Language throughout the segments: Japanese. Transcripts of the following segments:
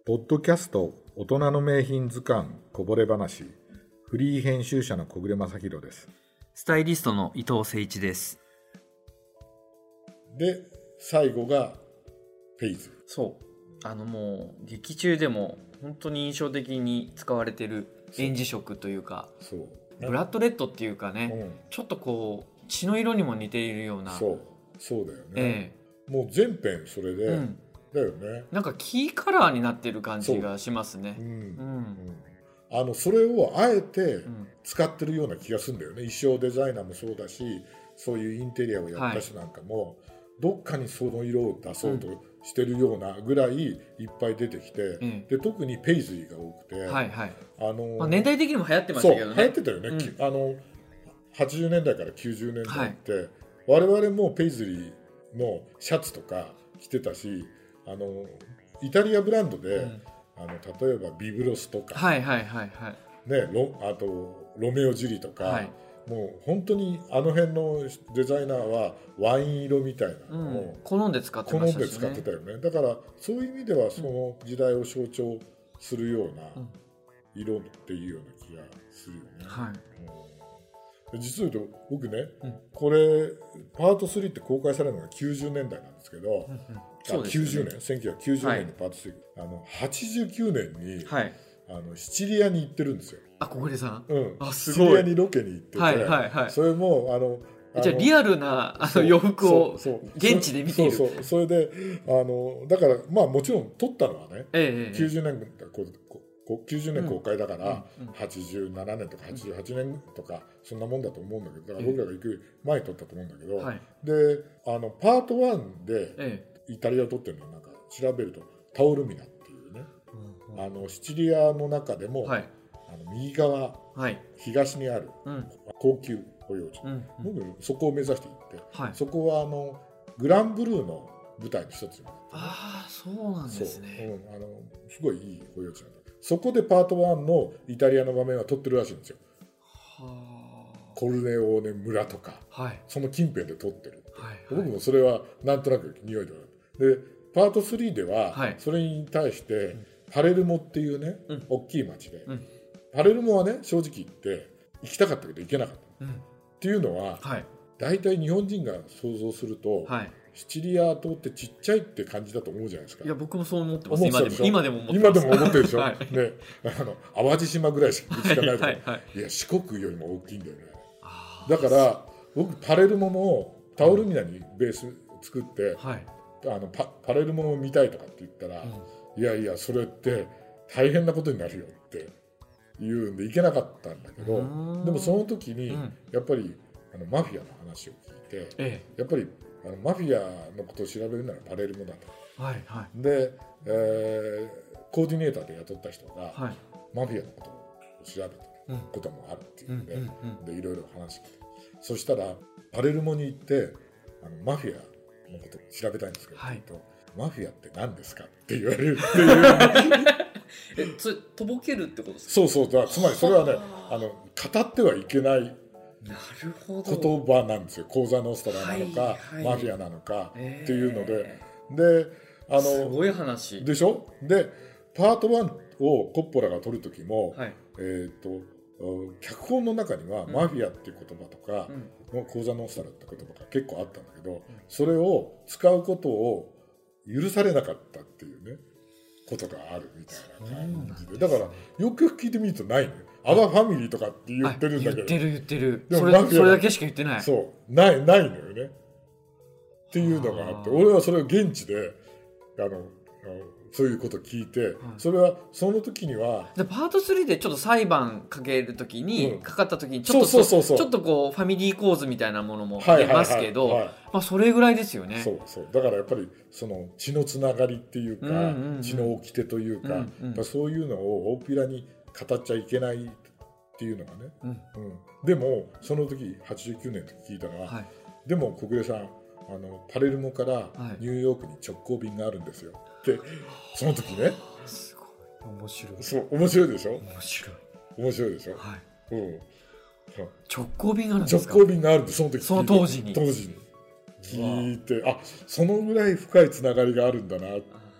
ポッドキャスト大人の名品図鑑こぼれ話、フリー編集者の小暮正弘です。 スタイリストの伊藤誠一です。 で最後がペイズ。 そうもう劇中でも本当に印象的に使われている胭脂色というか、 そうブラッドレッドっていうかね、ちょっとこう血の色にも似ているような。 そうだよね、もう全編それで、だよね。 なんかキーカラーになってる感じがしますね。 それをあえて使ってるような気がするんだよね。衣装デザイナーもそうだし、そういうインテリアをやった人なんかも、どっかにその色を出そうとしてるようなぐらいいっぱい出てきて、で特にペイズリーが多くて、 年代的にも流行ってましたけどね。 そう流行ってたよね、80年代から90年代って、我々もペイズリーのシャツとか着てたし、イタリアブランドで、例えばビブロスとか、あとロメオ・ジュリとか、もう本当にあの辺のデザイナーはワイン色みたいなのを好んで使ってましたしね。 好んで使ってたよね。だからそういう意味ではその時代を象徴するような色っていうような気がするよね。実を言うと僕ね、これパート3って公開されるのが90年代なんですけど、1990年にパート3、89年に、シチリアに行ってるんですよ。 小暮さん、 シチリアにロケに行ってて、それもじゃあリアルな洋服を現地で見ている。 それでだからもちろん撮ったのはね、90年公開だから、87年とか88年とかそんなもんだと思うんだけど、だから僕らが行く前に撮ったと思うんだけど、でパート1でイタリアを撮ってるのはなんか調べるとタオルミナっていうね、シチリアの中でも、右側、東にある高級保養地、僕そこを目指して行って、そこはグランブルーの舞台の一つになって、 そうなんですね。 すごいいい保養地なんだ。そこでパート1のイタリアの場面は撮ってるらしいんですよ。コルネオーネ村とか、その近辺で撮ってる。僕もそれはなんとなく匂いではある。でパート3では、それに対してパレルモっていうね、大きい町で、パレルモはね正直言って行きたかったけど行けなかった、っていうのは、大体日本人が想像すると、シチリア島ってちっちゃいって感じだと思うじゃないですか。 いや僕もそう思ってます。今でも思ってます。 今でも思ってるでしょ、ね、淡路島ぐらいしかないとか、いや四国よりも大きいんだよね。だから僕パレルモのタオルミナにベース作って、パレルモを見たいとかって言ったら、いやいやそれって大変なことになるよって言うんで行けなかったんだけど、でもその時にやっぱりマフィアの話を聞いて、やっぱりマフィアのことを調べるならパレルモだと、で、コーディネーターで雇った人が、マフィアのことを調べてることもあるっていうんで、いろいろ話して、そしたらパレルモに行ってマフィアのことを調べたいんですけど、マフィアって何ですかって言われるっていうとぼけるってことですか？ そうつまりそれはね語ってはいけない言葉なんですよ。コーザノストラなのか、マフィアなのかっていうのですごい話でしょ。でパート1をコッポラが撮る時も、脚本の中にはマフィアっていう言葉とか、コーザノストラって言葉が結構あったんだけど、それを使うことを許されなかったっていうねことがあるみたいな感じで、だからよくよく聞いてみるとないのよ。アバファミリーとかって言ってるんだけど、 言ってるそれだけしか言ってない。 そうないのよねっていうのがあって、俺はそれを現地でそういうことを聞いて、それはその時にはパート3でちょっと裁判かける時に、かかった時にちょっとこうファミリー構図みたいなものも出ますけど、それぐらいですよね。 そうだからやっぱりその血のつながりっていうか、血の掟というか、そういうのを大っぴらに語っちゃいけないっていうのがね、でもその時89年の時聞いたのは、でも小暮さんパレルモからニューヨークに直行便があるんですよってその時ね。 すごい面白い。 そう面白いでしょ。面白いでしょ。 直行便があるんですか？ 直行便があるんで、その時その当時に聞いて、そのぐらい深いつながりがあるんだなっ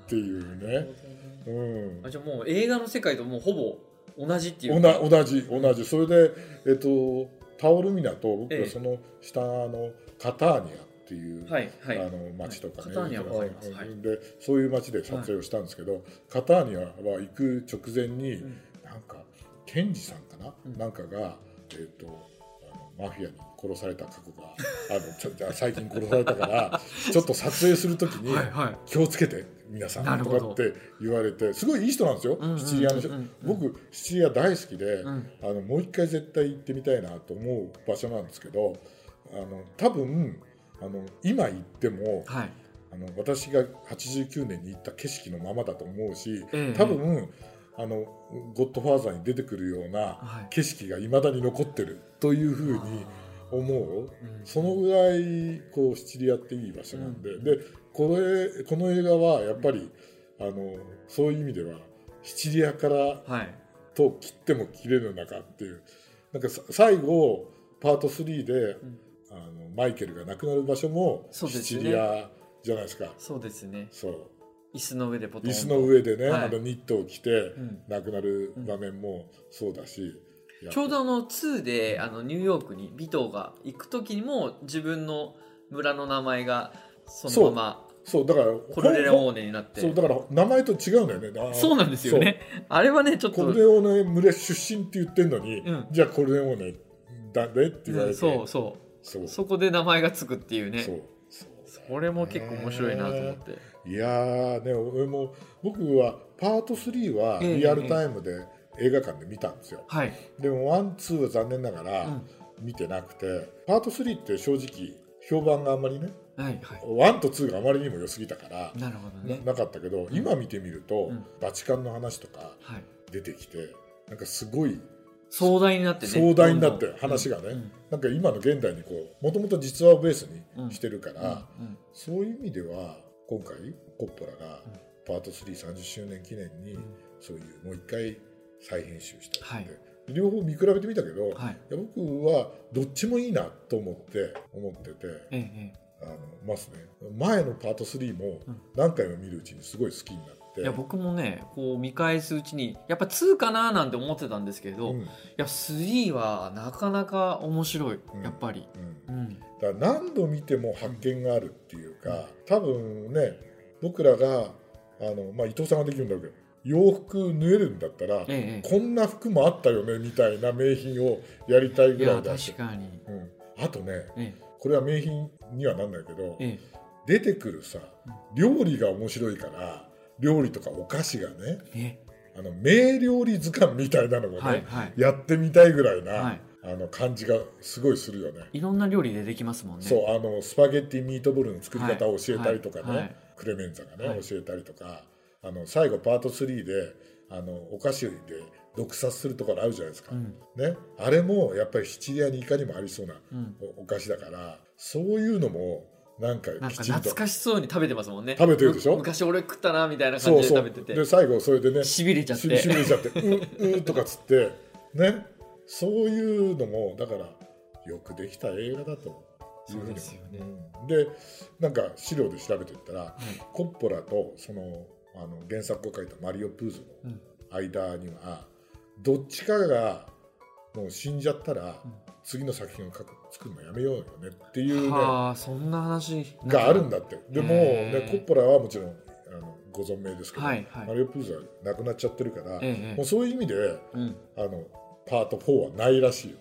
っていうね。 じゃあもう映画の世界ともうほぼ同じっていう同じ。それで、タオルミナと僕はその下のカターニャっていう、町とかね、でそういう町で撮影をしたんですけど、カターニャは行く直前に、なんかケンジさんかな、なんかが、マフィアに殺された過去が最近殺されたからちょっと撮影するときに気をつけて皆さんとかって言われて、すごいいい人なんですよ、シチリアの人。僕シチリア大好きで、もう一回絶対行ってみたいなと思う場所なんですけど、多分今行っても、私が89年に行った景色のままだと思うし、多分ゴッドファーザーに出てくるような景色がいまだに残ってるというふうに思う、そのぐらいこうシチリアっていい場所なんで、でこの映画はやっぱりそういう意味ではシチリアからと切っても切れぬ中っていう、なんか最後パート3で、マイケルが亡くなる場所もシチリアじゃないですか。 そうですね。 そう椅子の上でポトンと、 椅子の上でね、ニットを着て亡くなる場面もそうだし、 ちょうど2でニューヨークにビトが行く時にも自分の村の名前がそのままそうだからコルレオーネになって、 そうだから名前と違うんだよね。 そうなんですよね。あれはねちょっとコルレオーネ村出身って言ってんのに、じゃあコルレオーネだねって言われて、 そこで名前がつくっていうね。それも結構面白いなと思って。 いやーね、僕はパート3はリアルタイムで映画館で見たんですよ。でも1、2は残念ながら見てなくて、パート3って正直評判があんまりね、1と2があまりにも良すぎたから なかったけど、今見てみると、バチカンの話とか出てきて、なんかすごい壮大になってね、 壮大になって話がね、なんか今の現代にもともと実話をベースにしてるから、そういう意味では今回コッポラがパート330周年記念にそういうもう一回再編集したんで、両方見比べてみたけど、僕はどっちもいいなと思ってて、ますね。前のパート3も何回も見るうちにすごい好きになって、 いや僕もねこう見返すうちにやっぱ2かななんて思ってたんですけど、いや3はなかなか面白い、やっぱり、だから何度見ても発見があるっていうか、多分ね僕らが伊藤さんができるんだろうけど、洋服縫えるんだったら、こんな服もあったよねみたいな名品をやりたいぐらいだし、 確かに、 あとね、これは名品にはなんないけど、出てくるさ料理が面白いから、料理とかお菓子がね、名料理図鑑みたいなのもね、やってみたいぐらいな、感じがすごいするよね。 いろんな料理でできますもんね。 そうスパゲッティミートボールの作り方を教えたりとかね、クレメンザがね、教えたりとか、最後パート3でお菓子で毒殺するところあるじゃないですか、ね、あれもやっぱりシチリアにいかにもありそうなお菓子だから、そういうのもなんかきちんと懐かしそうに食べてますもんね。 食べてるでしょ。 昔俺食ったなみたいな感じで食べてて、 で最後それでねしびれちゃってとかつってね、そういうのもだからよくできた映画だというふうに。でなんか資料で調べていったら、コッポラとその原作を書いたマリオ・プーゾの間には、どっちかがもう死んじゃったら、次の作品を作るのやめようよねっていうね、 そんな話があるんだって。でもね、コッポラはもちろんご存命ですけど、マリオ・プーゾは亡くなっちゃってるから、もうそういう意味で、パート4はないらしいよ。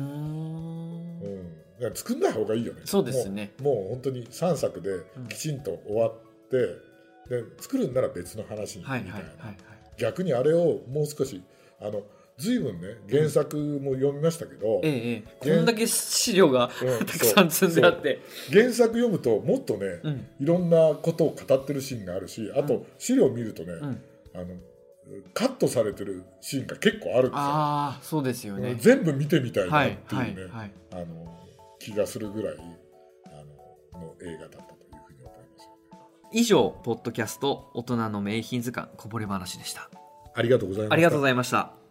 作んない方がいいよね。 そうですね。 もう本当に3作できちんと終わって、で作るんなら別の話みたいな、逆にあれをもう少し随分ね原作も読みましたけど、 こんだけ資料がたくさん積んであって、 原作読むともっとね、いろんなことを語ってるシーンがあるし、あと資料を見るとね、カットされてるシーンが結構あるんですよ。 そうですよね。 全部見てみたいなっていうね、気がするぐらいの映画だったというふうに思いますよね。 以上ポッドキャスト大人の名品図鑑こぼれ話でした。 ありがとうございました。 ありがとうございました。